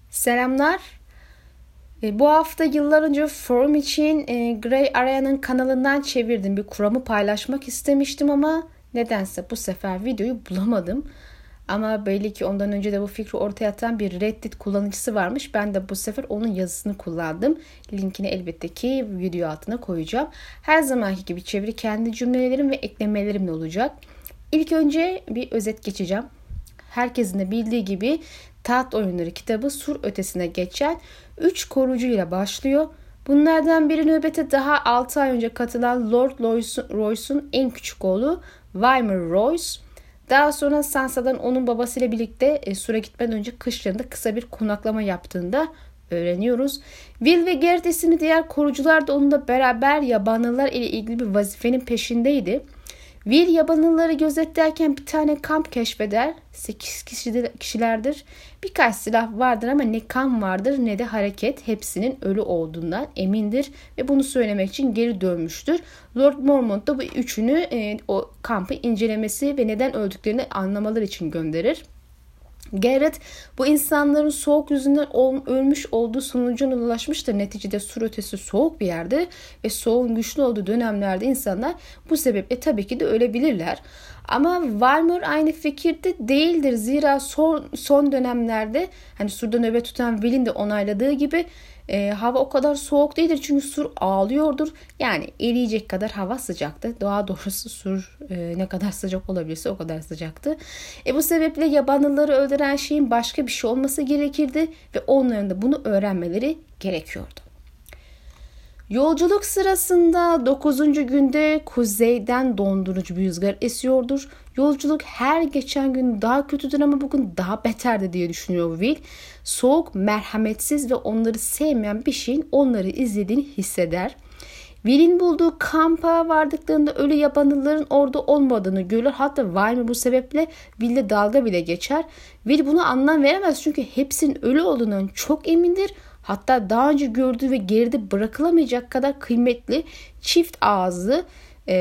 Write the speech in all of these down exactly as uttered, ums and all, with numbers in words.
Selamlar. E, bu hafta yıllar önce forum için e, Grey Area'nın kanalından çevirdim. Bir kuramı paylaşmak istemiştim ama nedense bu sefer videoyu bulamadım. Ama belli ki ondan önce de bu fikri ortaya atan bir Reddit kullanıcısı varmış. Ben de bu sefer onun yazısını kullandım. Linkini elbette ki video altına koyacağım. Her zamanki gibi çeviri kendi cümlelerim ve eklemelerimle olacak. İlk önce bir özet geçeceğim. Herkesin de bildiği gibi Taht Oyunları kitabı sur ötesine geçen üç korucuyla başlıyor. Bunlardan biri nöbete daha altı ay önce katılan Lord Royce'un en küçük oğlu Wymer Royce. Daha sonra Sansa'dan onun babasıyla birlikte e, Sur'a gitmeden önce kışlarında kısa bir konaklama yaptığında öğreniyoruz. Will ve Garrett isimli diğer korucular da onunla beraber yabanlılar ile ilgili bir vazifenin peşindeydi. Will yabanılları gözetlerken bir tane kamp keşfeder. sekiz kişilerdir. Birkaç silah vardır ama ne kan vardır ne de hareket. Hepsinin ölü olduğundan emindir ve bunu söylemek için geri dönmüştür. Lord Mormont da bu üçünü e, o kampı incelemesi ve neden öldüklerini anlamaları için gönderir. Garrett bu insanların soğuk yüzünden ölmüş olduğu sonucuna ulaşmıştır. Neticede sur ötesi soğuk bir yerde ve soğuğun güçlü olduğu dönemlerde insanlar bu sebeple tabii ki de ölebilirler. Ama Wymer aynı fikirde değildir. Zira son, son dönemlerde hani surda nöbet tutan Will'in de onayladığı gibi e, hava o kadar soğuk değildir. Çünkü sur ağlıyordur. Yani eriyecek kadar hava sıcaktı. Daha doğrusu sur e, ne kadar sıcak olabilirse o kadar sıcaktı. E, bu sebeple yabanlıları öldüren şeyin başka bir şey olması gerekirdi. Ve onların da bunu öğrenmeleri gerekiyordu. Yolculuk sırasında dokuzuncu günde kuzeyden dondurucu bir rüzgar esiyordur. Yolculuk her geçen gün daha kötüdür ama bugün daha beterdi diye düşünüyor Will. Soğuk, merhametsiz ve onları sevmeyen bir şeyin onları izlediğini hisseder. Will'in bulduğu kampa vardıklarında ölü yabanlıların orada olmadığını görür. Hatta Wymer bu sebeple Will'le dalga bile geçer. Will buna anlam veremez çünkü hepsinin ölü olduğundan çok emindir. Hatta daha önce gördüğü ve geride bırakılamayacak kadar kıymetli çift ağızlı e,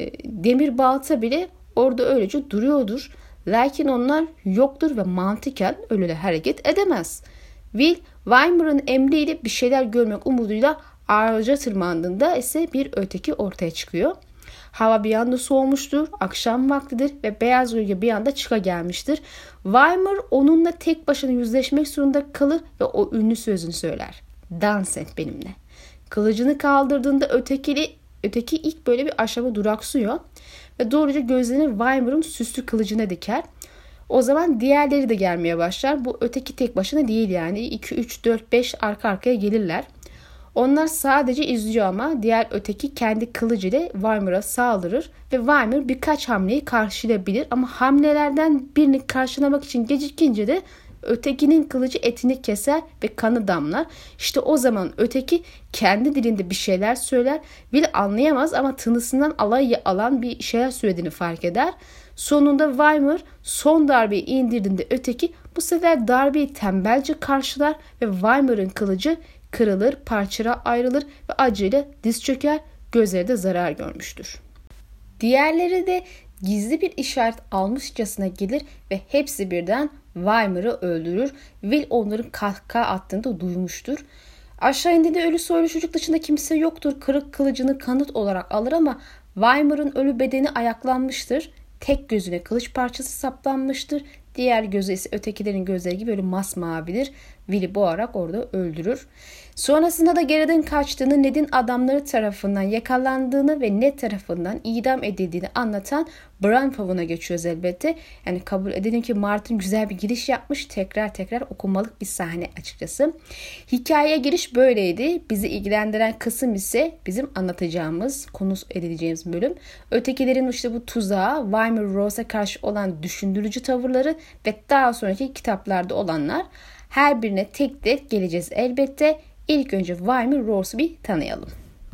demir balta bile orada öylece duruyordur. Lakin onlar yoktur ve mantıken öyle hareket edemez. Will, Wymer'ın emriyle bir şeyler görmek umuduyla ağaca tırmandığında ise bir öteki ortaya çıkıyor. Hava bir anda soğumuştur, akşam vaktidir ve beyaz gölge bir anda çıka gelmiştir. Wymer onunla tek başına yüzleşmek zorunda kalır ve o ünlü sözünü söyler. Dans et benimle. Kılıcını kaldırdığında öteki, öteki ilk böyle bir aşama duraksıyor ve doğruca gözlerini Wymer'ın süslü kılıcına diker. O zaman diğerleri de gelmeye başlar. Bu öteki tek başına değil yani. iki, üç, dört, beş arka arkaya gelirler. Onlar sadece izliyor ama diğer öteki kendi kılıcıyla Wymer'a saldırır ve Wymer birkaç hamleyi karşılayabilir ama hamlelerden birini karşılamak için gecikince de ötekinin kılıcı etini keser ve kanı damlar. İşte o zaman öteki kendi dilinde bir şeyler söyler. Will anlayamaz ama tınısından alay alan bir şeyler söylediğini fark eder. Sonunda Wymer son darbeyi indirdiğinde öteki bu sefer darbeyi tembelce karşılar ve Wymer'ın kılıcı kırılır, parçalara ayrılır ve acıyla diz çöker, gözleri de zarar görmüştür. Diğerleri de gizli bir işaret almışçasına gelir ve hepsi birden Wymer'ı öldürür. Will onların kahkaha attığında duymuştur. Aşağı indiğinde ölü soylu çocuk dışında kimse yoktur. Kırık kılıcını kanıt olarak alır ama Wymer'ın ölü bedeni ayaklanmıştır. Tek gözüne kılıç parçası saplanmıştır. Diğer gözü ise ötekilerin gözleri gibi böyle masmavidir. Will'i boğarak orada öldürür. Sonrasında da Garrett'ın kaçtığını, Ned'in adamları tarafından yakalandığını ve Ned tarafından idam edildiğini anlatan Bran Pavun'a geçiyoruz elbette. Yani kabul edelim ki Martin güzel bir giriş yapmış. Tekrar tekrar okumalık bir sahne açıkçası. Hikayeye giriş böyleydi. Bizi ilgilendiren kısım ise bizim anlatacağımız, konu edileceğimiz bölüm. Ötekilerin işte bu tuzağı, Wymer Rose'a karşı olan düşündürücü tavırları ve daha sonraki kitaplarda olanlar. Her birine tek tek geleceğiz elbette. İlk önce Wymer Rose'u bir tanıyalım.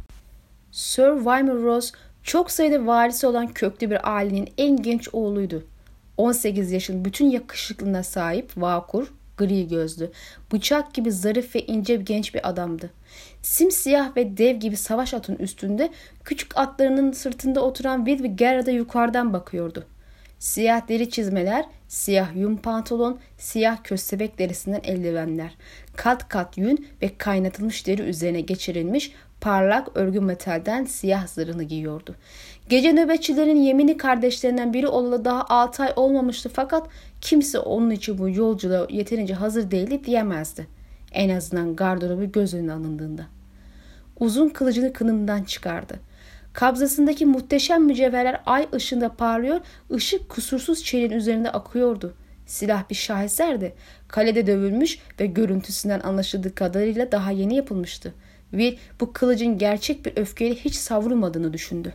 Sir Wymer Rose çok sayıda varisi olan köklü bir ailenin en genç oğluydu. on sekiz yaşın bütün yakışıklılığına sahip vakur, gri gözlü, bıçak gibi zarif ve ince bir genç bir adamdı. Simsiyah ve dev gibi savaş atının üstünde küçük atlarının sırtında oturan Will ve Garrett'a yukarıdan bakıyordu. Siyah deri çizmeler, siyah yün pantolon, siyah köstebek derisinden eldivenler, kat kat yün ve kaynatılmış deri üzerine geçirilmiş parlak örgü metalden siyah zırhını giyiyordu. Gece nöbetçilerin Yemeni kardeşlerinden biri olalı daha altı ay olmamıştı fakat kimse onun için bu yolculuğa yeterince hazır değildi diyemezdi. En azından gardırobu göz önüne alındığında. Uzun kılıcını kınından çıkardı. Kabzasındaki muhteşem mücevherler ay ışığında parlıyor, ışık kusursuz çeliğin üzerinde akıyordu. Silah bir şaheserdi. Kalede dövülmüş ve görüntüsünden anlaşıldığı kadarıyla daha yeni yapılmıştı. Will bu kılıcın gerçek bir öfkeyle hiç savrulmadığını düşündü.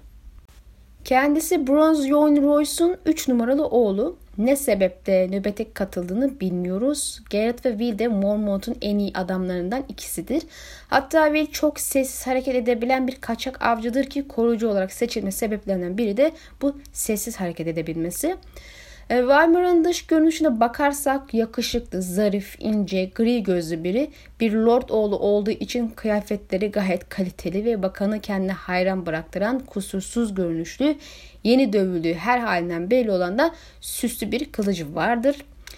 Kendisi Bronze Yoğun Royce'un üç numaralı oğlu. Ne sebeple nöbete katıldığını bilmiyoruz. Garrett ve Will de Mormont'un en iyi adamlarından ikisidir. Hatta Will çok sessiz hareket edebilen bir kaçak avcıdır ki koruyucu olarak seçilme sebeplerinden biri de bu sessiz hareket edebilmesi. Weimar'ın dış görünüşüne bakarsak yakışıklı, zarif, ince, gri gözlü biri. Bir lord oğlu olduğu için kıyafetleri gayet kaliteli ve bakanı kendine hayran bıraktıran kusursuz görünüşlü, yeni dövüldüğü her halinden belli olan da süslü bir kılıcı vardır.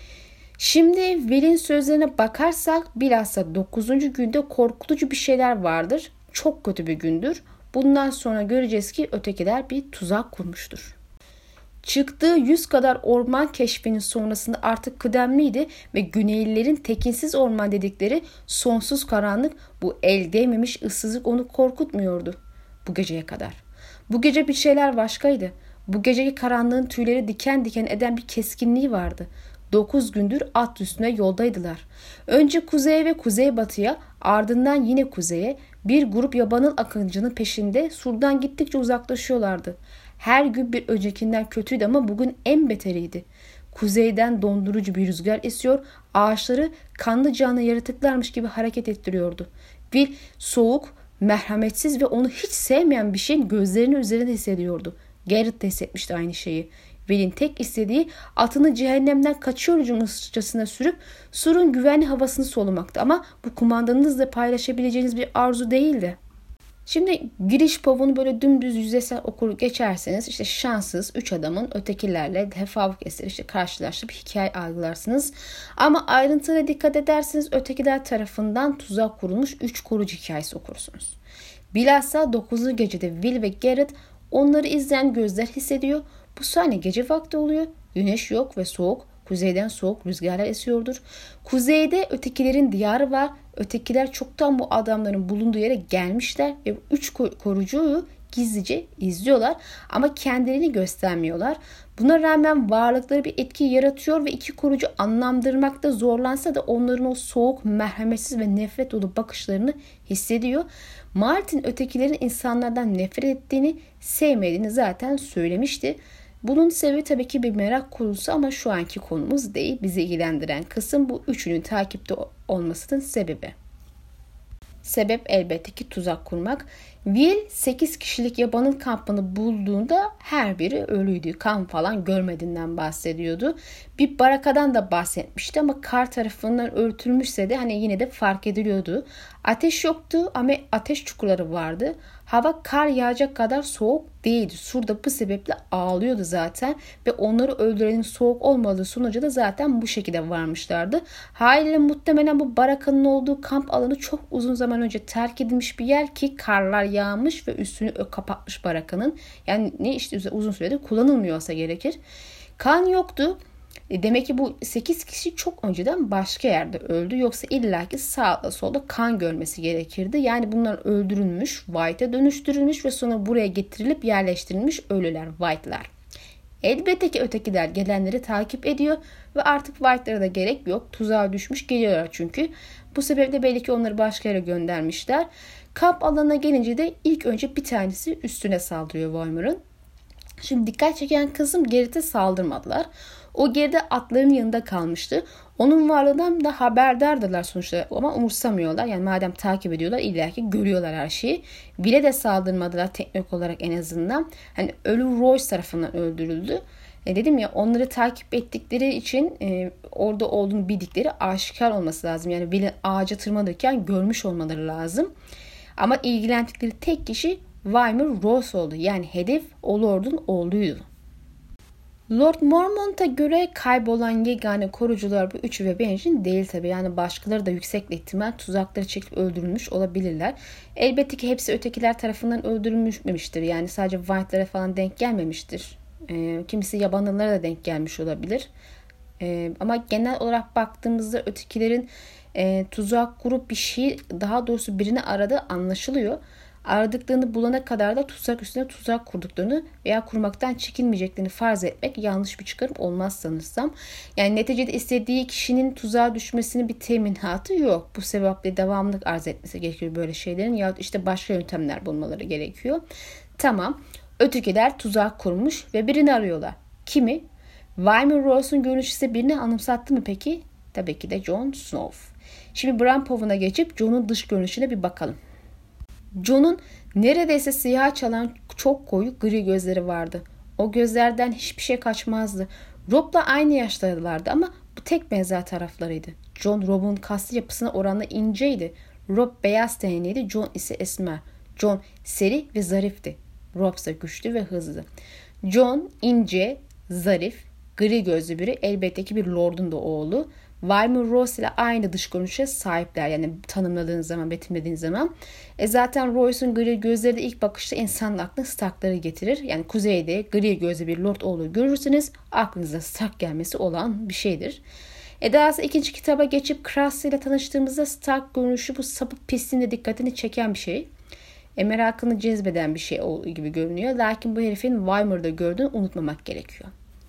Şimdi Will'in sözlerine bakarsak bilhassa dokuzuncu günde korkutucu bir şeyler vardır. Çok kötü bir gündür. Bundan sonra göreceğiz ki ötekiler bir tuzak kurmuştur. Çıktığı yüz kadar orman keşfinin sonrasında artık kıdemliydi ve Güneylilerin tekinsiz orman dedikleri sonsuz karanlık, bu el değmemiş ıssızlık onu korkutmuyordu bu geceye kadar. Bu gece bir şeyler başkaydı. Bu geceki karanlığın tüyleri diken diken eden bir keskinliği vardı. Dokuz gündür at üstüne yoldaydılar. Önce kuzeye ve kuzeybatıya, ardından yine kuzeye, bir grup yabanıl akıncının peşinde surdan gittikçe uzaklaşıyorlardı. Her gün bir öncekinden kötüydü ama bugün en beteriydi. Kuzeyden dondurucu bir rüzgar esiyor, ağaçları kanlı canlı yaratıklarmış gibi hareket ettiriyordu. Will soğuk, merhametsiz ve onu hiç sevmeyen bir şeyin gözlerinin üzerinde hissediyordu. Garrett de hissetmişti aynı şeyi. Will'in tek istediği atını cehennemden kaçıyorcasına sürüp surun güvenli havasını solumaktı ama bu kumandanınızla paylaşabileceğiniz bir arzu değildi. Şimdi giriş povunu böyle dümdüz yüzeysel okur geçerseniz işte şanssız üç adamın ötekilerle tefavuk eseri işte karşılaştığı bir hikaye algılarsınız. Ama ayrıntılara dikkat ederseniz ötekiler tarafından tuzak kurulmuş üç korucu hikayesi okursunuz. Bilhassa dokuzuncu gecede Will ve Garrett onları izleyen gözler hissediyor. Bu sahne gece vakti oluyor. Güneş yok ve soğuk. Kuzeyden soğuk rüzgarlar esiyordur. Kuzeyde ötekilerin diyarı var. Ötekiler çoktan bu adamların bulunduğu yere gelmişler ve üç korucuyu gizlice izliyorlar ama kendilerini göstermiyorlar. Buna rağmen varlıkları bir etki yaratıyor ve iki korucu anlamlandırmakta zorlansa da onların o soğuk, merhametsiz ve nefret dolu bakışlarını hissediyor. Martin ötekilerin insanlardan nefret ettiğini, sevmediğini zaten söylemişti. Bunun sebebi tabii ki bir merak konusu ama şu anki konumuz değil. Bizi ilgilendiren kısım bu üçünün takipte olmasının sebebi. Sebep elbette ki tuzak kurmak. Will sekiz kişilik yabanın kampını bulduğunda her biri ölüydü. Kan falan görmediğinden bahsediyordu. Bir barakadan da bahsetmişti ama kar tarafından örtülmüşse de hani yine de fark ediliyordu. Ateş yoktu ama ateş çukurları vardı. Hava kar yağacak kadar soğuk değildi. Sur da bu sebeple ağlıyordu zaten ve onları öldürenin soğuk olmadığı sonuca da zaten bu şekilde varmışlardı. Haliyle muhtemelen bu barakanın olduğu kamp alanı çok uzun zaman önce terk edilmiş bir yer ki karlar yağmış ve üstünü kapatmış barakanın. Yani ne işte uzun süredir kullanılmıyor olsa gerekir. Kan yoktu. E demek ki bu sekiz kişi çok önceden başka yerde öldü. Yoksa illaki sağda solda kan görmesi gerekirdi. Yani bunlar öldürülmüş, White'e dönüştürülmüş ve sonra buraya getirilip yerleştirilmiş ölüler, White'lar. Elbette ki ötekiler gelenleri takip ediyor ve artık White'lara da gerek yok. Tuzağa düşmüş geliyorlar çünkü. Bu sebeple belli ki onları başka yere göndermişler. Kamp alanına gelince de ilk önce bir tanesi üstüne saldırıyor Weimar'ın. Şimdi dikkat çeken kısım Garrett'e saldırmadılar. O geride atların yanında kalmıştı. Onun varlığından da haberdardılar sonuçta ama umursamıyorlar. Yani madem takip ediyorlar illaki görüyorlar her şeyi. Bile de saldırmadılar teknik olarak en azından. Hani ölü Royce tarafından öldürüldü. E dedim ya onları takip ettikleri için e, orada olduğunu bildikleri aşikar olması lazım. Yani Will'in ağaca tırmanırken görmüş olmaları lazım. Ama ilgilendikleri tek kişi Weimar Royce oldu. Yani hedef o Lord'un oğluydu. Lord Mormont'a göre kaybolan yegane korucular bu üçü ve Benjen değil tabi. Yani başkaları da yüksek ihtimal tuzakları çekip öldürülmüş olabilirler. Elbette ki hepsi ötekiler tarafından öldürülmemiştir. Yani sadece White'lara falan denk gelmemiştir. E, kimisi yabanlılara da denk gelmiş olabilir. E, ama genel olarak baktığımızda ötekilerin e, tuzak kurup bir şey, daha doğrusu birini aradığı anlaşılıyor. Aradıklarını bulana kadar da tuzak üstüne tuzak kurduklarını veya kurmaktan çekinmeyeceklerini farz etmek yanlış bir çıkarım olmaz sanırsam. Yani neticede istediği kişinin tuzağa düşmesinin bir teminatı yok. Bu sebeple devamlılık arz etmesi gerekiyor böyle şeylerin, yahut işte başka yöntemler bulmaları gerekiyor. Tamam, ötekiler tuzak kurmuş ve birini arıyorlar. Kimi? Wyman Rose'un görünüşü ise birini anımsattı mı peki? Tabii ki de Jon Snow. Şimdi Bran Pov'una geçip Jon'un dış görünüşüne bir bakalım. Jon'un neredeyse siyah çalan çok koyu gri gözleri vardı. O gözlerden hiçbir şey kaçmazdı. Rob'la aynı yaştaydılardı ama bu tek benzer taraflarıydı. Jon, Rob'un kaslı yapısına oranla inceydi. Rob beyaz tenliydi, Jon ise esmer. Jon seri ve zarifti. Rob ise güçlü ve hızlı. Jon ince, zarif, gri gözlü biri, elbette ki bir lordun da oğlu. Wyman Rose ile aynı dış görünüşe sahipler. Yani tanımladığınız zaman, betimlediğiniz zaman. E zaten Royce'un gri gözleri de ilk bakışta insanın aklına Stark'ları getirir. Yani kuzeyde gri gözlü bir lord oğlu görürseniz aklınıza Stark gelmesi olan bir şeydir. E daha sonra ikinci kitaba geçip Crass ile tanıştığımızda Stark görünüşü bu sapık pisliğin de dikkatini çeken bir şey. E merakını cezbeden bir şey gibi görünüyor. Lakin bu herifin Wymer'da gördüğünü unutmamak gerekiyor.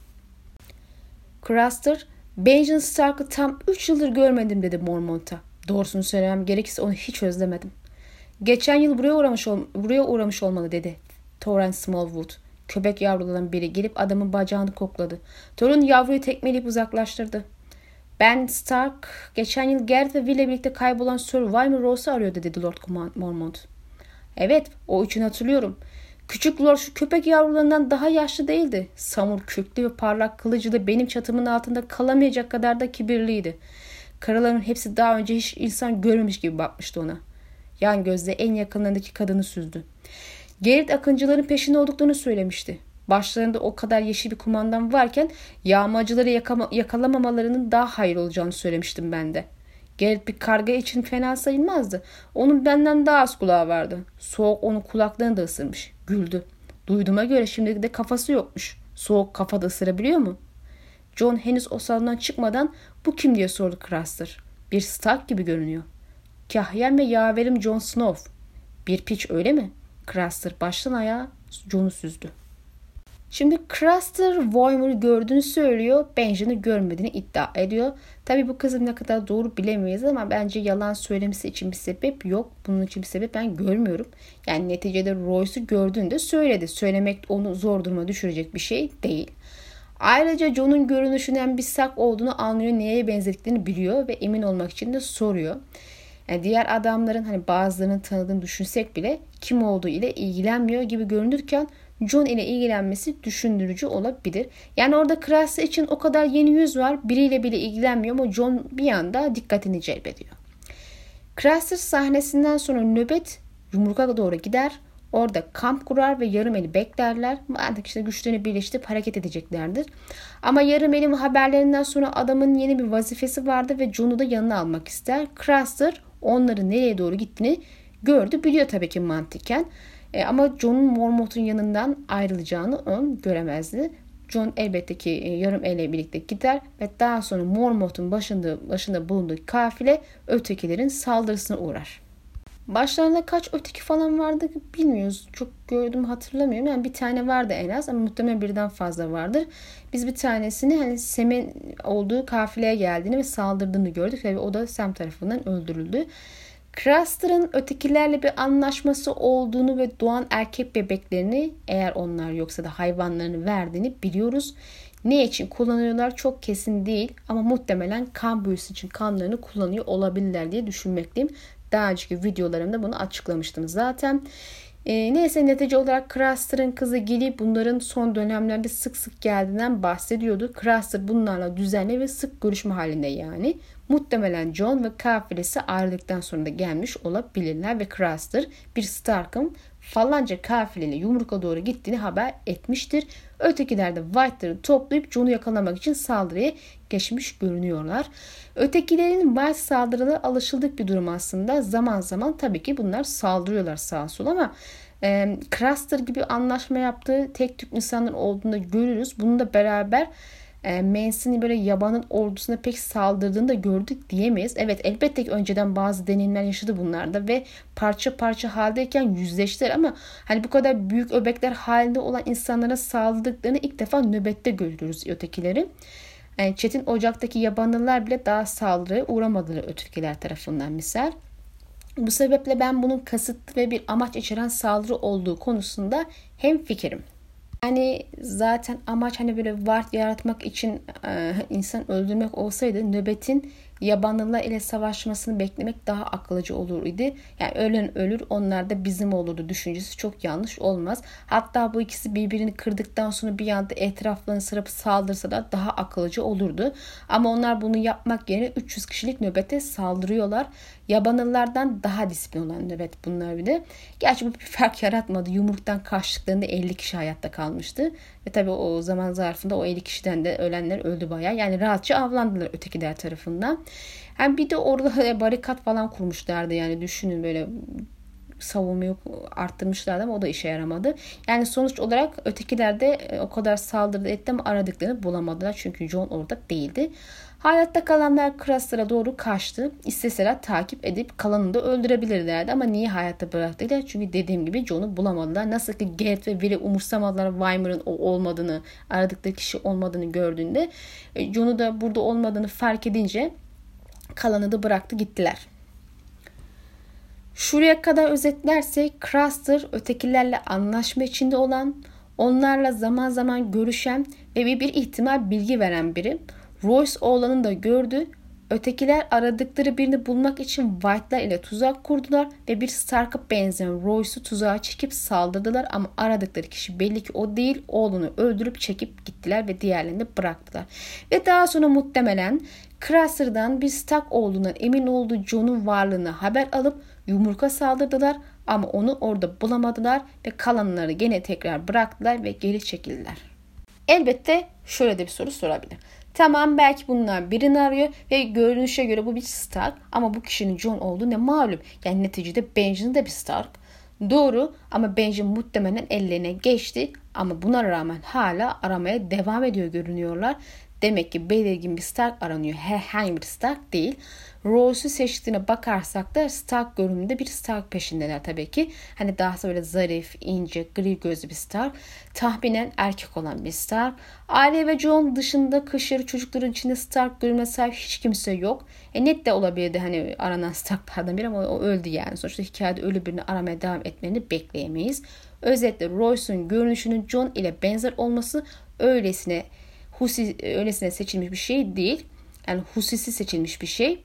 Craster, Benjen Stark'ı tam üç yıldır görmedim dedi Mormont'a. Doğrusunu söylemem gerekirse onu hiç özlemedim. Geçen yıl buraya uğramış, ol- buraya uğramış olmalı dedi Torrance Smallwood. Köpek yavrularından biri gelip adamın bacağını kokladı. Torun yavruyu tekmeleyip uzaklaştırdı. Ben Stark geçen yıl Gareth ve Will ile birlikte kaybolan Sir Wyman Rose'u arıyordu dedi Lord Mormont. Evet, o üçünü hatırlıyorum. Küçük Lord şu köpek yavrularından daha yaşlı değildi. Samur, köklü ve parlak kılıcı da benim çatımın altında kalamayacak kadar da kibirliydi. Karaların hepsi daha önce hiç insan görmemiş gibi bakmıştı ona. Yan gözle en yakınlarındaki kadını süzdü. Gerrit akıncıların peşinde olduklarını söylemişti. Başlarında o kadar yeşil bir kumandan varken yağmacıları yakama, yakalamamalarının daha hayır olacağını söylemiştim ben de. Gerrit bir karga için fena sayılmazdı. Onun benden daha az kulağı vardı. Soğuk onun kulaklarını da ısırmış. Güldü. Duyduğuma göre şimdi de kafası yokmuş. Soğuk kafada ısırabiliyor mu? Jon henüz o salondan çıkmadan bu kim diye sordu Craster. Bir Stark gibi görünüyor. Kahyem ve yaverim Jon Snow. Bir piç öyle mi? Craster baştan ayağa Jon'u süzdü. Şimdi Craster Wymer'ı gördüğünü söylüyor. Benjen'i görmediğini iddia ediyor. Tabii bu kızın ne kadar doğru bilemeyiz ama bence yalan söylemesi için bir sebep yok. Bunun için bir sebep ben görmüyorum. Yani neticede Royce'u gördüğünde söyledi. Söylemek onu zor duruma düşürecek bir şey değil. Ayrıca Jon'un görünüşünden bir sak olduğunu anlıyor. Neye benzediklerini biliyor ve emin olmak için de soruyor. Yani diğer adamların hani bazılarının tanıdığını düşünsek bile kim olduğu ile ilgilenmiyor gibi görünürken Jon ile ilgilenmesi düşündürücü olabilir. Yani orada Craster için o kadar yeni yüz var. Biriyle bile ilgilenmiyor ama Jon bir anda dikkatini celbediyor. Craster sahnesinden sonra nöbet yumruka doğru gider. Orada kamp kurar ve yarım eli beklerler. Artık işte güçlerini birleştirip hareket edeceklerdir. Ama yarım elin haberlerinden sonra adamın yeni bir vazifesi vardı ve Jon'u da yanına almak ister. Craster onların nereye doğru gittiğini gördü. Biliyor tabii ki mantıken. E, ama Jon'un Mormont'un yanından ayrılacağını ön göremezdi. Jon elbette ki e, yarım elle birlikte gider ve daha sonra Mormont'un başında, başında bulunduğu kafile ötekilerin saldırısına uğrar. Başlarında kaç öteki falan vardı bilmiyoruz. Çok gördüm hatırlamıyorum. Yani bir tane vardı en az ama muhtemelen birden fazla vardır. Biz bir tanesini hani Sam'in olduğu kafileye geldiğini ve saldırdığını gördük ve o da Sam tarafından öldürüldü. Craster'ın ötekilerle bir anlaşması olduğunu ve doğan erkek bebeklerini eğer onlar yoksa da hayvanlarını verdiğini biliyoruz. Ne için kullanıyorlar çok kesin değil ama muhtemelen kan büyüsü için kanlarını kullanıyor olabilirler diye düşünmekteyim. Daha önceki videolarımda bunu açıklamıştım zaten. E, neyse netice olarak Craster'ın kızı Gilly bunların son dönemlerde sık sık geldiğinden bahsediyordu. Craster bunlarla düzenli ve sık görüşme halinde yani. Muhtemelen Jon ve kafilesi ayrıldıktan sonra da gelmiş olabilirler ve Craster bir Stark'ın falanca kafileyle yumruka doğru gittiğini haber etmiştir. Ötekiler de White'ları toplayıp Jon'u yakalamak için saldırıya geçmiş görünüyorlar. Ötekilerin White saldırıları alışıldık bir durum aslında. Zaman zaman tabii ki bunlar saldırıyorlar sağa sola ama e, Craster gibi anlaşma yaptığı tek tük insanların olduğunu da görürüz. Bunu da beraber e, Mance'nin böyle yabanın ordusuna pek saldırdığını da gördük diyemeyiz. Evet, elbette ki önceden bazı deneyimler yaşadı bunlarda ve parça parça haldeyken yüzleştiler ama hani bu kadar büyük öbekler halinde olan insanlara saldırdıklarını ilk defa nöbette görürüz ötekileri. Yani Çetin Ocak'taki yabanlılar bile daha saldırıya uğramadılar ötekiler tarafından misal. Bu sebeple ben bunun kasıtlı ve bir amaç içeren saldırı olduğu konusunda hemfikirim. Yani zaten amaç hani böyle ward yaratmak için e, insan öldürmek olsaydı nöbetin yabanlılar ile savaşmasını beklemek daha akıllıca olur idi. Yani ölen ölür, onlar da bizim olurdu düşüncesi çok yanlış olmaz. Hatta bu ikisi birbirini kırdıktan sonra bir anda etraflarını sarıp saldırsa da daha akıllıca olurdu. Ama onlar bunu yapmak yerine üç yüz kişilik nöbete saldırıyorlar. Yabanlılardan daha disiplin olan nöbet bunlar bir de. Gerçi bu bir fark yaratmadı. Yumruktan kaçtıklarında elli kişi hayatta kalmıştı. Ve tabii o zaman zarfında o elli kişiden de ölenler öldü bayağı. Yani rahatça avlandılar ötekiler tarafından. Hem bir de orada barikat falan kurmuşlardı. Yani düşünün böyle savunmayı arttırmışlardı ama o da işe yaramadı. Yani sonuç olarak ötekiler de o kadar saldırdı etti ama aradıklarını bulamadılar. Çünkü Jon orada değildi. Hayatta kalanlar Craster'a doğru kaçtı. İsteseler takip edip kalanını da öldürebilirlerdi ama niye hayatta bıraktılar? Çünkü dediğim gibi Jon'u bulamadılar. Nasıl ki Geralt ve Vili umursamadılar Wymer'ın o olmadığını, aradıkları kişi olmadığını gördüğünde Jon'u da burada olmadığını fark edince kalanı da bıraktı gittiler. Şuraya kadar özetlersek Craster ötekilerle anlaşma içinde olan, onlarla zaman zaman görüşen ve bir, bir ihtimal bilgi veren biri. Royce oğlanı da gördü. Ötekiler aradıkları birini bulmak için White'lar ile tuzak kurdular ve bir Stark'a benzeyen Royce'u tuzağa çekip saldırdılar ama aradıkları kişi belli ki o değil, oğlunu öldürüp çekip gittiler ve diğerlerini de bıraktılar. Ve daha sonra muhtemelen Craster'dan bir Stark olduğundan emin olduğu Jon'un varlığına haber alıp yumruka saldırdılar ama onu orada bulamadılar ve kalanları gene tekrar bıraktılar ve geri çekildiler. Elbette şöyle de bir soru sorabilir. Tamam, belki bunlar birini arıyor ve görünüşe göre bu bir Stark ama bu kişinin Jon olduğu ne malum. Yani neticede Benjen de bir Stark. Doğru ama Benjen muhtemelen ellerine geçti ama buna rağmen hala aramaya devam ediyor görünüyorlar. Demek ki belirgin bir Stark aranıyor. Herhangi bir Stark değil. Royce'u seçtiğine bakarsak da Stark görünümünde bir Stark peşindeler tabii ki. Hani daha böyle zarif, ince, gri gözlü bir Stark. Tahminen erkek olan bir Stark. Aile ve Jon dışında kışları çocukların içinde Stark görünüme sahip hiç kimse yok. E net de olabilirdi hani aranan Stark'lardan biri ama o öldü yani. Sonuçta hikayede ölü birini aramaya devam etmelerini bekleyemeyiz. Özetle Royce'un görünüşünün Jon ile benzer olması öylesine husi, öylesine seçilmiş bir şey değil. Yani husisi seçilmiş bir şey.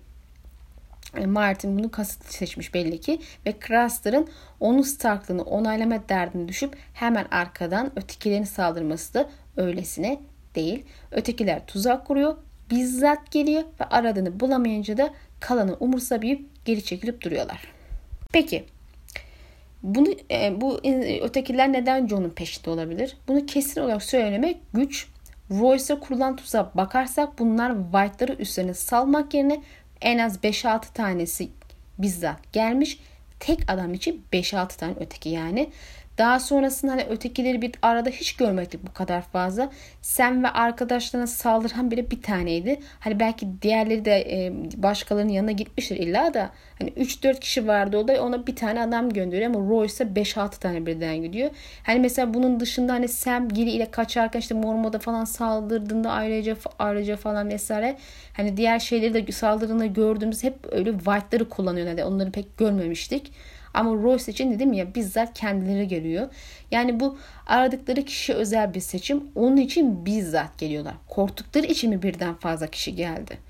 Martin bunu kasıtlı seçmiş belli ki ve Craster'ın onun Stark'lığını onaylama derdine düşüp hemen arkadan ötekilerin saldırması da öylesine değil. Ötekiler tuzak kuruyor, bizzat geliyor ve aradığını bulamayınca da kalanı umursamayıp geri çekilip duruyorlar. Peki bunu e, bu ötekiler neden Jon'un peşinde olabilir? Bunu kesin olarak söylemek güç. Royce'a kurulan tuzağa bakarsak bunlar White'ları üstlerine salmak yerine en az beş altı tanesi bizzat gelmiş. Tek adam için beş altı tane öteki yani. Daha sonrasında hani ötekileri bir arada hiç görmedik bu kadar fazla. Sam ve arkadaşlarına saldıran biri bir taneydi. Hani belki diğerleri de e, başkalarının yanına gitmiştir illa da. Hani üç dört kişi vardı o da ona bir tane adam gönderiyor ama Royce'a beş altı tane birden gidiyor. Hani mesela bunun dışında hani Sam Gilly ile kaçarken işte Mormont'a falan saldırdığında ayrıca ayrıca falan vesaire. Hani diğer şeyleri de saldırdığında gördüğümüz hep öyle White'ları kullanıyor. Yani onları pek görmemiştik. Ama Royce için dedim ya bizzat kendileri geliyor. Yani bu aradıkları kişi özel bir seçim. Onun için bizzat geliyorlar. Korktukları için mi birden fazla kişi geldi?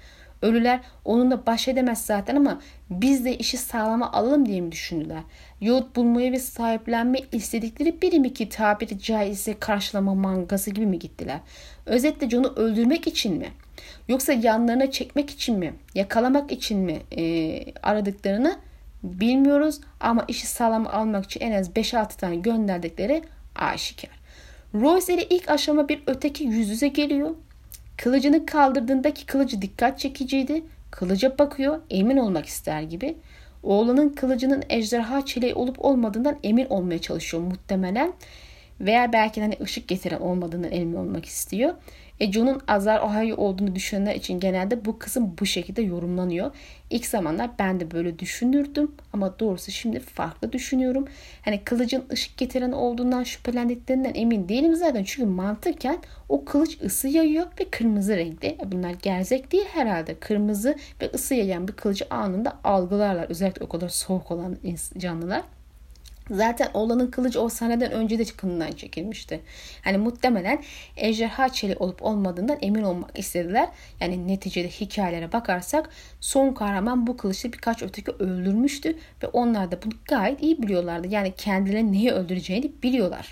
Ölüler onunla baş edemez zaten ama biz de işi sağlama alalım diye mi düşündüler? Yoğurt bulmayı ve sahiplenme istedikleri biri mi ki tabiri caizse karşılama mangası gibi mi gittiler? Özetle Jon'u öldürmek için mi? Yoksa yanlarına çekmek için mi? Yakalamak için mi e, aradıklarını bilmiyoruz ama işi sağlam almak için en az beş altı tane gönderdikleri aşikar. Royce ile ilk aşama bir öteki yüz yüze geliyor. Kılıcını kaldırdığındaki kılıcı dikkat çekiciydi. Kılıca bakıyor, emin olmak ister gibi. Oğlanın kılıcının ejderha çeleği olup olmadığından emin olmaya çalışıyor muhtemelen. Veya belki hani ışık getiren olmadığından emin olmak istiyor. E Jon'un Azar Ahai olduğunu düşünenler için genelde bu kısım bu şekilde yorumlanıyor. İlk zamanlar ben de böyle düşünürdüm ama doğrusu şimdi farklı düşünüyorum. Hani kılıcın ışık getiren olduğundan şüphelendiklerinden emin değilim zaten. Çünkü mantıken o kılıç ısı yayıyor ve kırmızı renkli. E bunlar gerzek değil herhalde. Kırmızı ve ısı yayan bir kılıcı anında algılarlar. Özellikle o kadar soğuk olan canlılar. Zaten oğlanın kılıcı o sahneden önce de kınından çekilmişti. Hani muhtemelen ejderha çeliği olup olmadığından emin olmak istediler. Yani neticede hikayelere bakarsak son kahraman bu kılıçla birkaç öteki öldürmüştü. Ve onlar da bunu gayet iyi biliyorlardı. Yani kendilerini neyi öldüreceğini biliyorlar.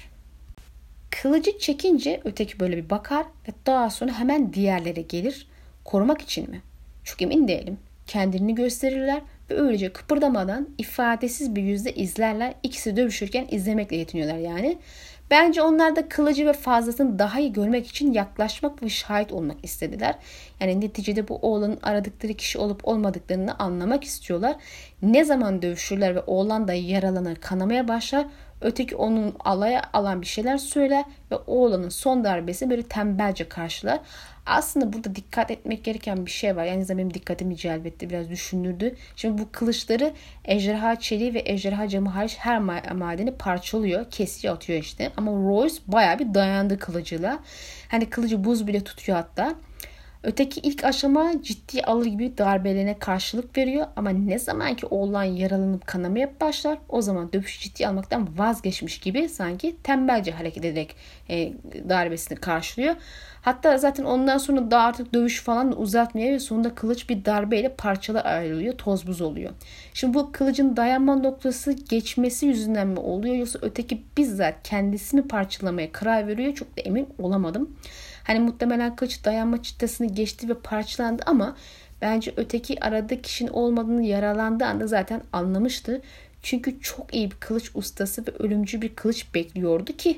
Kılıcı çekince öteki böyle bir bakar ve daha sonra hemen diğerlere gelir. Korumak için mi? Çok emin değilim. Kendini gösterirler ve öylece kıpırdamadan ifadesiz bir yüzle izlerler. İkisi dövüşürken izlemekle yetiniyorlar yani. Bence onlar da kılıcı ve fazlasını daha iyi görmek için yaklaşmak ve şahit olmak istediler. Yani neticede bu oğlanın aradıkları kişi olup olmadıklarını anlamak istiyorlar. Ne zaman dövüşürler ve oğlan da yaralanır, kanamaya başlar. Öteki onun alaya alan bir şeyler söyler ve oğlanın son darbesi böyle tembelce karşılar. Aslında burada dikkat etmek gereken bir şey var. Yani benim dikkatimi celbetti, biraz düşündürdü. Şimdi bu kılıçları ejderha çeliği ve ejderha camı hariç her madeni parçalıyor, kesici atıyor işte. Ama Royce bayağı bir dayandı kılıcıyla. Hani kılıcı buz bile tutuyor hatta. Öteki ilk aşama ciddi alır gibi darbelerine karşılık veriyor ama ne zaman ki oğlan yaralanıp kanamaya başlar o zaman dövüşü ciddi almaktan vazgeçmiş gibi sanki tembelce hareket ederek e, darbesini karşılıyor. Hatta zaten ondan sonra da artık dövüş falan da uzatmıyor ve sonunda kılıç bir darbeyle parçalar ayrılıyor, toz buz oluyor. Şimdi bu kılıcın dayanma noktası geçmesi yüzünden mi oluyor yoksa öteki bizzat kendisini parçalamaya karar veriyor, çok da emin olamadım. Hani muhtemelen kılıç dayanma çıtasını geçti ve parçalandı ama bence öteki aradığı kişinin olmadığını yaralandığı anda zaten anlamıştı. Çünkü çok iyi bir kılıç ustası ve ölümcül bir kılıç bekliyordu ki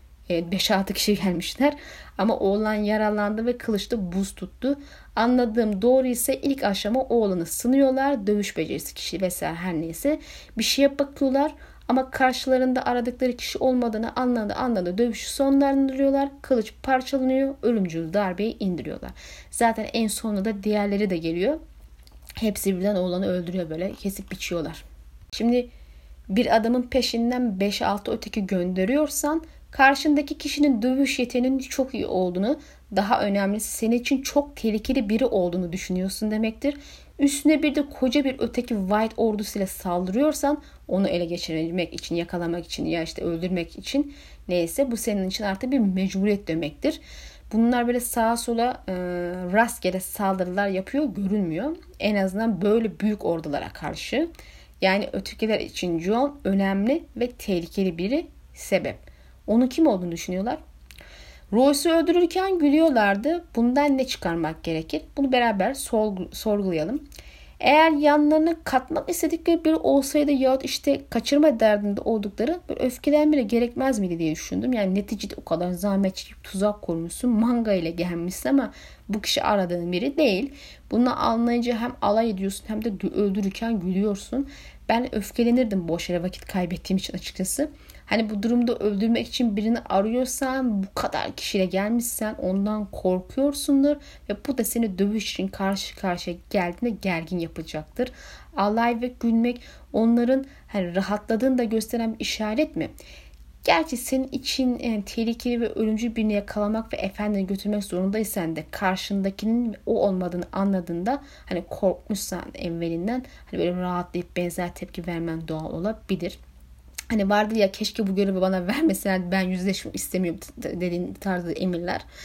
beş altı kişi gelmişler. Ama oğlan yaralandı ve kılıçta buz tuttu. Anladığım doğru ise ilk aşama oğlanı sınıyorlar. Dövüş becerisi kişi vesaire her neyse. Bir şeye bakıyorlar. Ama karşılarında aradıkları kişi olmadığını anladı anladı. Dövüşü sonlandırıyorlar. Kılıç parçalanıyor. Ölümcül darbeyi indiriyorlar. Zaten en sonunda da diğerleri de geliyor. Hepsi birden oğlanı öldürüyor böyle. Kesip biçiyorlar. Şimdi bir adamın peşinden beş altı öteki gönderiyorsan karşındaki kişinin dövüş yeteneğinin çok iyi olduğunu, daha önemlisi senin için çok tehlikeli biri olduğunu düşünüyorsun demektir. Üstüne bir de koca bir öteki White ordusuyla saldırıyorsan onu ele geçirmek için, yakalamak için ya işte öldürmek için neyse bu senin için artık bir mecburiyet demektir. Bunlar böyle sağa sola e, rastgele saldırılar yapıyor görülmüyor. En azından böyle büyük ordulara karşı. Yani ötekiler için Jon önemli ve tehlikeli biri sebep. Onun kim olduğunu düşünüyorlar. Royce'u öldürürken gülüyorlardı. Bundan ne çıkarmak gerekir? Bunu beraber sorgulayalım. Eğer yanlarına katmak istedikleri biri olsaydı yahut işte kaçırma derdinde oldukları bir öfkelenmeye gerekmez miydi diye düşündüm. Yani neticede o kadar zahmet çekip tuzak kurmuşsun. Manga ile gelmişsin ama bu kişi aradığın biri değil. Bunu anlayınca hem alay ediyorsun hem de öldürürken gülüyorsun. Ben öfkelenirdim boş yere vakit kaybettiğim için açıkçası. Hani bu durumda öldürmek için birini arıyorsan, bu kadar kişiyle gelmişsen ondan korkuyorsundur ve bu da seni dövüş için karşı karşıya geldiğinde gergin yapacaktır. Alay ve gülmek onların hani rahatladığını da gösteren bir işaret mi? Gerçi senin için yani, tehlikeli ve ölümcül birini yakalamak ve efendine götürmek zorundaysan da karşındakinin o olmadığını anladığında hani korkmuşsan evvelinden hani böyle rahatlayıp benzer tepki vermen doğal olabilir. Hani vardır ya keşke bu görevi bana vermeseler ben yüzleşmek istemiyorum dediğin tarzı emirler.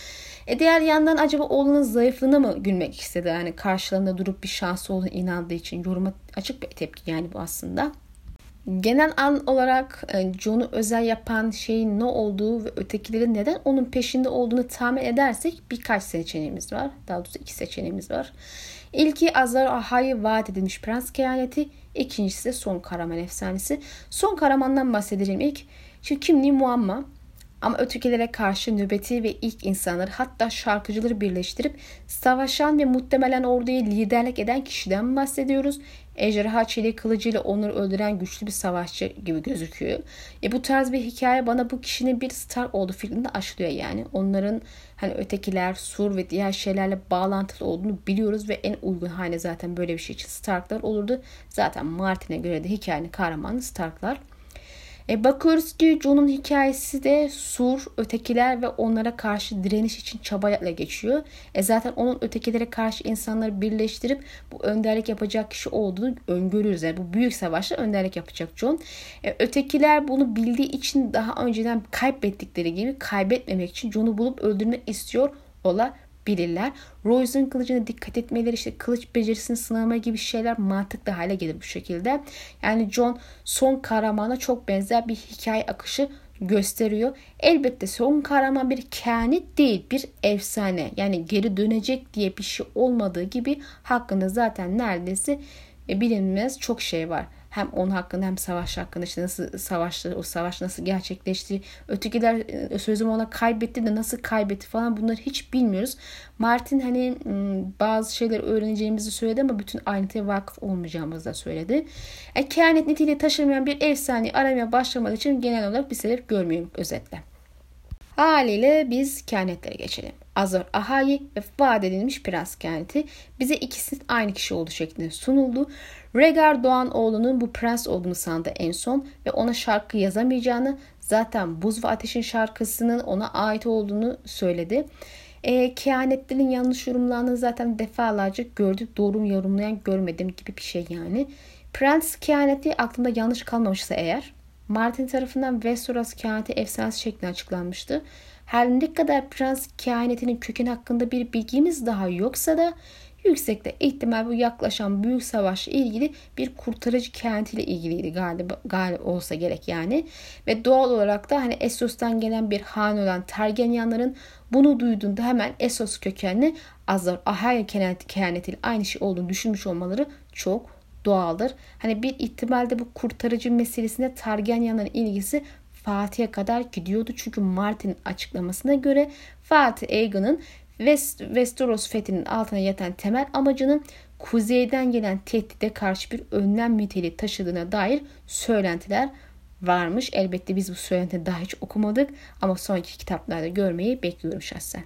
E diğer yandan acaba oğlunun zayıflığına mı gülmek istedi? Yani karşılarında durup bir şansı olduğunu inandığı için yoruma açık bir tepki yani bu aslında. Genel an olarak John'u özel yapan şeyin ne olduğu ve ötekilerin neden onun peşinde olduğunu tahmin edersek birkaç seçeneğimiz var. Daha doğrusu iki seçeneğimiz var. İlki Azar Ahai'ye vaat edilmiş prens kehaneti. İkincisi de son kahraman efsanesi. Son kahramandan bahsedeceğim ilk. Çünkü kimliği muamma. Ama ötekilere karşı nöbeti ve ilk insanları hatta şarkıcıları birleştirip savaşan ve muhtemelen orduya liderlik eden kişiden bahsediyoruz. Ejderha çeliği kılıcıyla onları öldüren güçlü bir savaşçı gibi gözüküyor. E bu tarz bir hikaye bana bu kişinin bir Stark olduğu fikrinde aşılıyor yani. Onların hani ötekiler, sur ve diğer şeylerle bağlantılı olduğunu biliyoruz ve en uygun hale zaten böyle bir şey için Starklar olurdu. Zaten Martin'e göre de hikayenin kahramanı Starklar. E bakıyoruz ki Jon'un hikayesi de sur, ötekiler ve onlara karşı direniş için çabayla geçiyor. E zaten onun ötekilere karşı insanları birleştirip bu önderlik yapacak kişi olduğunu öngörüyoruz. Yani bu büyük savaşta önderlik yapacak Jon. E ötekiler bunu bildiği için daha önceden kaybettikleri gibi kaybetmemek için Jon'u bulup öldürmek istiyor olabilirler. Royce'un kılıcına dikkat etmeleri, işte kılıç becerisini sınama gibi şeyler mantıklı hale gelir bu şekilde. Yani Jon son kahramana çok benzer bir hikaye akışı gösteriyor. Elbette son kahraman bir kehanet değil, bir efsane. Yani geri dönecek diye bir şey olmadığı gibi hakkında zaten neredeyse bilinmez çok şey var. Hem onun hakkında hem savaş hakkında, işte nasıl savaştı, o savaş nasıl gerçekleşti, ötekiler sözüm ona kaybetti de nasıl kaybetti falan, bunları hiç bilmiyoruz. Martin hani bazı şeyler öğreneceğimizi söyledi ama bütün ayrıntıya vakıf olmayacağımızı da söyledi. Yani kehanet niteliği taşımayan bir efsaneyi aramaya başlamadığı için genel olarak bir sebep görmüyorum özetle. Haliyle biz kehanetlere geçelim. Azor Ahai ve vaat edilmiş prens kehaneti bize ikisinin aynı kişi olduğu şeklinde sunuldu. Rhaegar Doğanoğlu'nun bu prens olduğunu sandı en son ve ona şarkı yazamayacağını, zaten Buz ve Ateş'in şarkısının ona ait olduğunu söyledi. E, kehanetlerin yanlış yorumlandığını zaten defalarca gördük. Doğru yorumlayan görmedim gibi bir şey yani. Prens kehaneti aklımda yanlış kalmamışsa eğer, Martin tarafından Westeros kehaneti efsanesi şeklinde açıklanmıştı. Her ne kadar prens kehanetinin kökeni hakkında bir bilgimiz daha yoksa da yüksekte ihtimal bu yaklaşan büyük savaşla ilgili bir kurtarıcı kehanetiyle ilgiliydi galiba, galiba olsa gerek yani. Ve doğal olarak da hani Essos'tan gelen bir hane olan Targaryenların bunu duyduğunda hemen Essos kökenli Azor Ahai kehanetiyle aynı şey olduğunu düşünmüş olmaları çok doğaldır. Hani bir ihtimalde bu kurtarıcı meselesinde Targaryenların ilgisi Fatih'e kadar gidiyordu. Çünkü Martin'in açıklamasına göre Fatih Aegon'un West, Westeros fethinin altına yatan temel amacının kuzeyden gelen tehdide karşı bir önlem niteliği taşıdığına dair söylentiler varmış. Elbette biz bu söylentileri daha hiç okumadık ama sonraki kitaplarda görmeyi bekliyorum şahsen.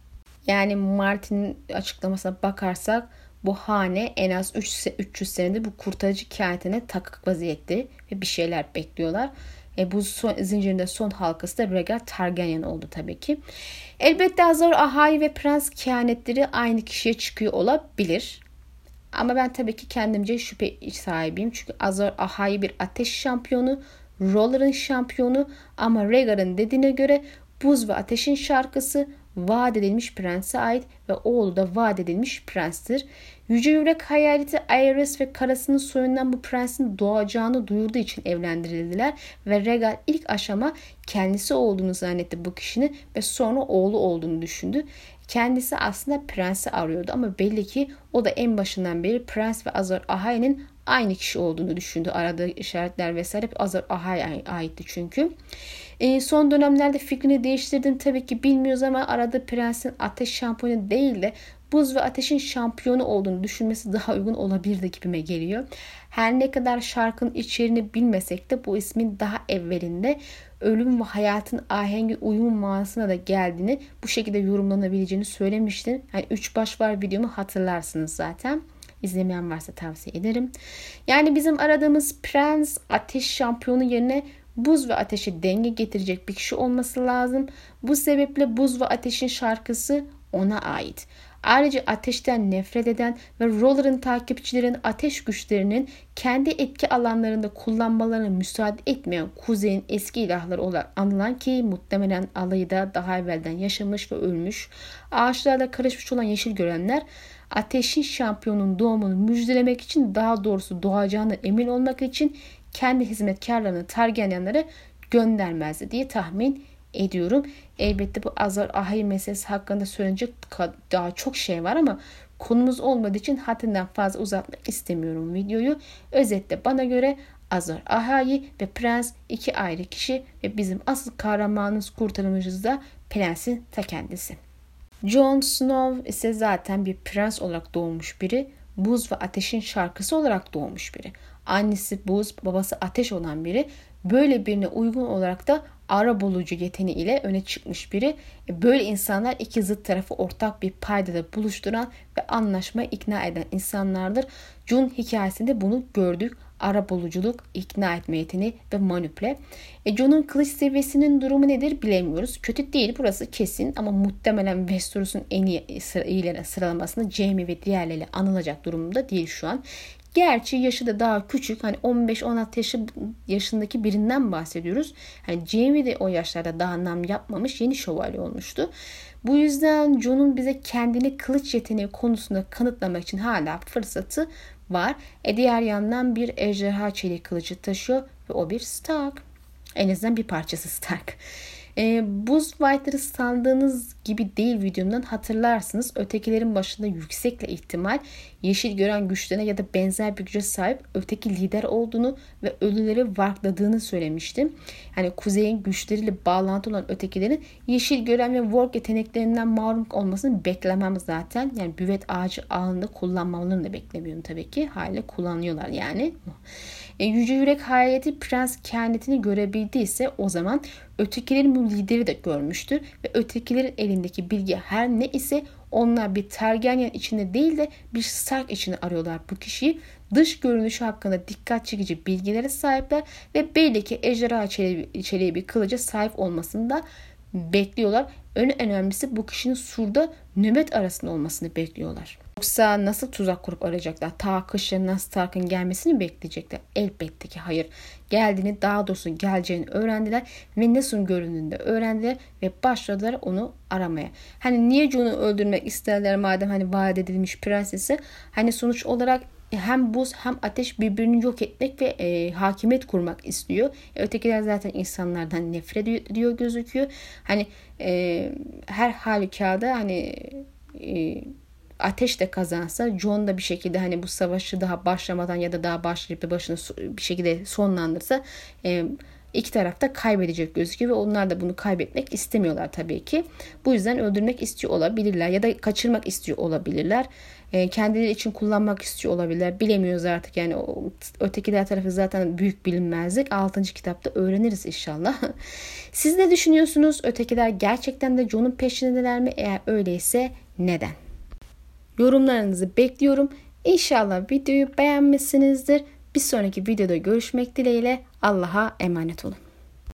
Yani Martin'in açıklamasına bakarsak bu hane en az üç yüz senedir bu kurtarıcı kehanetine takık vaziyette ve bir şeyler bekliyorlar. E, bu son, zincirinde son halkası da Rhaegar Targaryen oldu tabii ki. Elbette Azor Ahai ve prens kehanetleri aynı kişiye çıkıyor olabilir. Ama ben tabii ki kendimce şüphe sahibiyim. Çünkü Azor Ahai bir ateş şampiyonu, Roller'ın şampiyonu ama Rhaegar'ın dediğine göre Buz ve Ateş'in şarkısı vaat edilmiş prense ait ve oğlu da vaat edilmiş prenstir. Yüce Yürek hayaleti Aerys ve karısının soyundan bu prensin doğacağını duyurduğu için evlendirildiler ve Rhaegar ilk aşama kendisi olduğunu zannetti bu kişinin ve sonra oğlu olduğunu düşündü. Kendisi aslında prensi arıyordu ama belli ki o da en başından beri Prens ve Azor Ahai'nin aynı kişi olduğunu düşündü. Aradığı işaretler vesaire Azor Ahai'ye aitti çünkü. E, son dönemlerde fikrini değiştirdiğini tabii ki bilmiyoruz ama aradığı prensin ateş şampiyonu değil de buz ve ateşin şampiyonu olduğunu düşünmesi daha uygun olabilirdi gibime geliyor. Her ne kadar şarkının içeriğini bilmesek de bu ismin daha evvelinde ölüm ve hayatın ahengi uyumu manasına da geldiğini, bu şekilde yorumlanabileceğini söylemiştim. Yani üç baş var videomu hatırlarsınız zaten. İzlemeyen varsa tavsiye ederim. Yani bizim aradığımız prens ateş şampiyonu yerine buz ve ateşe denge getirecek bir kişi olması lazım. Bu sebeple buz ve ateşin şarkısı ona ait. Ayrıca ateşten nefret eden ve Roller'ın takipçilerin ateş güçlerinin kendi etki alanlarında kullanmalarına müsaade etmeyen Kuzey'in eski ilahları olarak anılan ki muhtemelen alayı da daha evvelden yaşamış ve ölmüş, ağaçlarla karışmış olan yeşil görenler ateşin şampiyonun doğumunu müjdelemek için, daha doğrusu doğacağına emin olmak için kendi hizmetkarlarını Targaryenlere göndermezdi diye tahmin ediyorum. Elbette bu Azor Ahai meselesi hakkında söylenecek daha çok şey var ama konumuz olmadığı için haddinden fazla uzatmak istemiyorum videoyu. Özetle bana göre Azor Ahai ve Prens iki ayrı kişi ve bizim asıl kahramanımız, kurtarıcımız da Prensin ta kendisi. Jon Snow ise zaten bir prens olarak doğmuş biri. Buz ve ateşin şarkısı olarak doğmuş biri. Annesi buz, babası ateş olan biri. Böyle birine uygun olarak da arabulucu yeteneğiyle öne çıkmış biri. Böyle insanlar iki zıt tarafı ortak bir paydada buluşturan ve anlaşmaya ikna eden insanlardır. Jon hikayesinde bunu gördük. Arabuluculuk, ikna etme yeteneği ve manipüle. E, Jon'un kılıç seviyesinin durumu nedir bilemiyoruz. Kötü değil burası kesin ama muhtemelen Westeros'un en iyi sıra, iyilerin sıralamasında Jaime ve diğerleriyle anılacak durumda değil şu an. Gerçi yaşı da daha küçük. Hani on beş on altı yaşı, yaşındaki birinden bahsediyoruz. Hani Jaime de o yaşlarda daha nam yapmamış, yeni şövalye olmuştu. Bu yüzden Jon'un bize kendini kılıç yeteneği konusunda kanıtlamak için hala fırsatı var. E diğer yandan bir ejderha çelik kılıcı taşıyor ve o bir Stark. En azından bir parçası Stark. E, Buz White'ları sandığınız gibi değil videomdan hatırlarsınız. Ötekilerin başında yüksekle ihtimal yeşil gören güçlerine ya da benzer bir güce sahip öteki lider olduğunu ve ölüleri wargladığını söylemiştim. Yani kuzeyin güçleriyle bağlantı olan ötekilerin yeşil gören ve warg yeteneklerinden mahrum olmasını beklemem zaten. Yani büvet ağacı ağında kullanmalarını da beklemiyorum tabii ki. Haliyle kullanıyorlar yani. E, Yüce Yürek hayaleti prens kehanetini görebildiyse o zaman ötekilerin bu lideri de görmüştür ve ötekilerin elindeki bilgi her ne ise onlar bir Targaryen içinde değil de bir Stark içinde arıyorlar bu kişiyi. Dış görünüşü hakkında dikkat çekici bilgilere sahipler ve belli ki ejderha çeliği bir kılıca sahip olmasını da bekliyorlar. En önemlisi bu kişinin surda nöbet arasında olmasını bekliyorlar. Yoksa nasıl tuzak kurup arayacaklar? Ta kışlarından Stark'ın gelmesini bekleyecekler. Elbette ki hayır. Geldiğini, daha doğrusu geleceğini öğrendiler ve nasıl göründüğünü de öğrendiler ve başladılar onu aramaya. Hani niye Jon'u öldürmek isterler madem hani vaat edilmiş prensesi? Hani sonuç olarak hem buz hem ateş birbirini yok etmek ve e, hakimiyet kurmak istiyor. E, ötekiler zaten insanlardan nefret ediyor gözüküyor. Hani e, her halükarda hani e, ateş de kazansa Jon da bir şekilde hani bu savaşı daha başlamadan ya da daha başlayıp da başını bir şekilde sonlandırsa e, iki taraf da kaybedecek gözüküyor ve onlar da bunu kaybetmek istemiyorlar tabii ki. Bu yüzden öldürmek istiyor olabilirler ya da kaçırmak istiyor olabilirler. E, kendileri için kullanmak istiyor olabilirler. Bilemiyoruz artık yani o, ötekiler tarafı zaten büyük bilinmezlik. altıncı kitapta öğreniriz inşallah. Siz ne düşünüyorsunuz? Ötekiler gerçekten de Jon'un peşindeler mi? Eğer öyleyse neden? Yorumlarınızı bekliyorum. İnşallah videoyu beğenmişsinizdir. Bir sonraki videoda görüşmek dileğiyle. Allah'a emanet olun.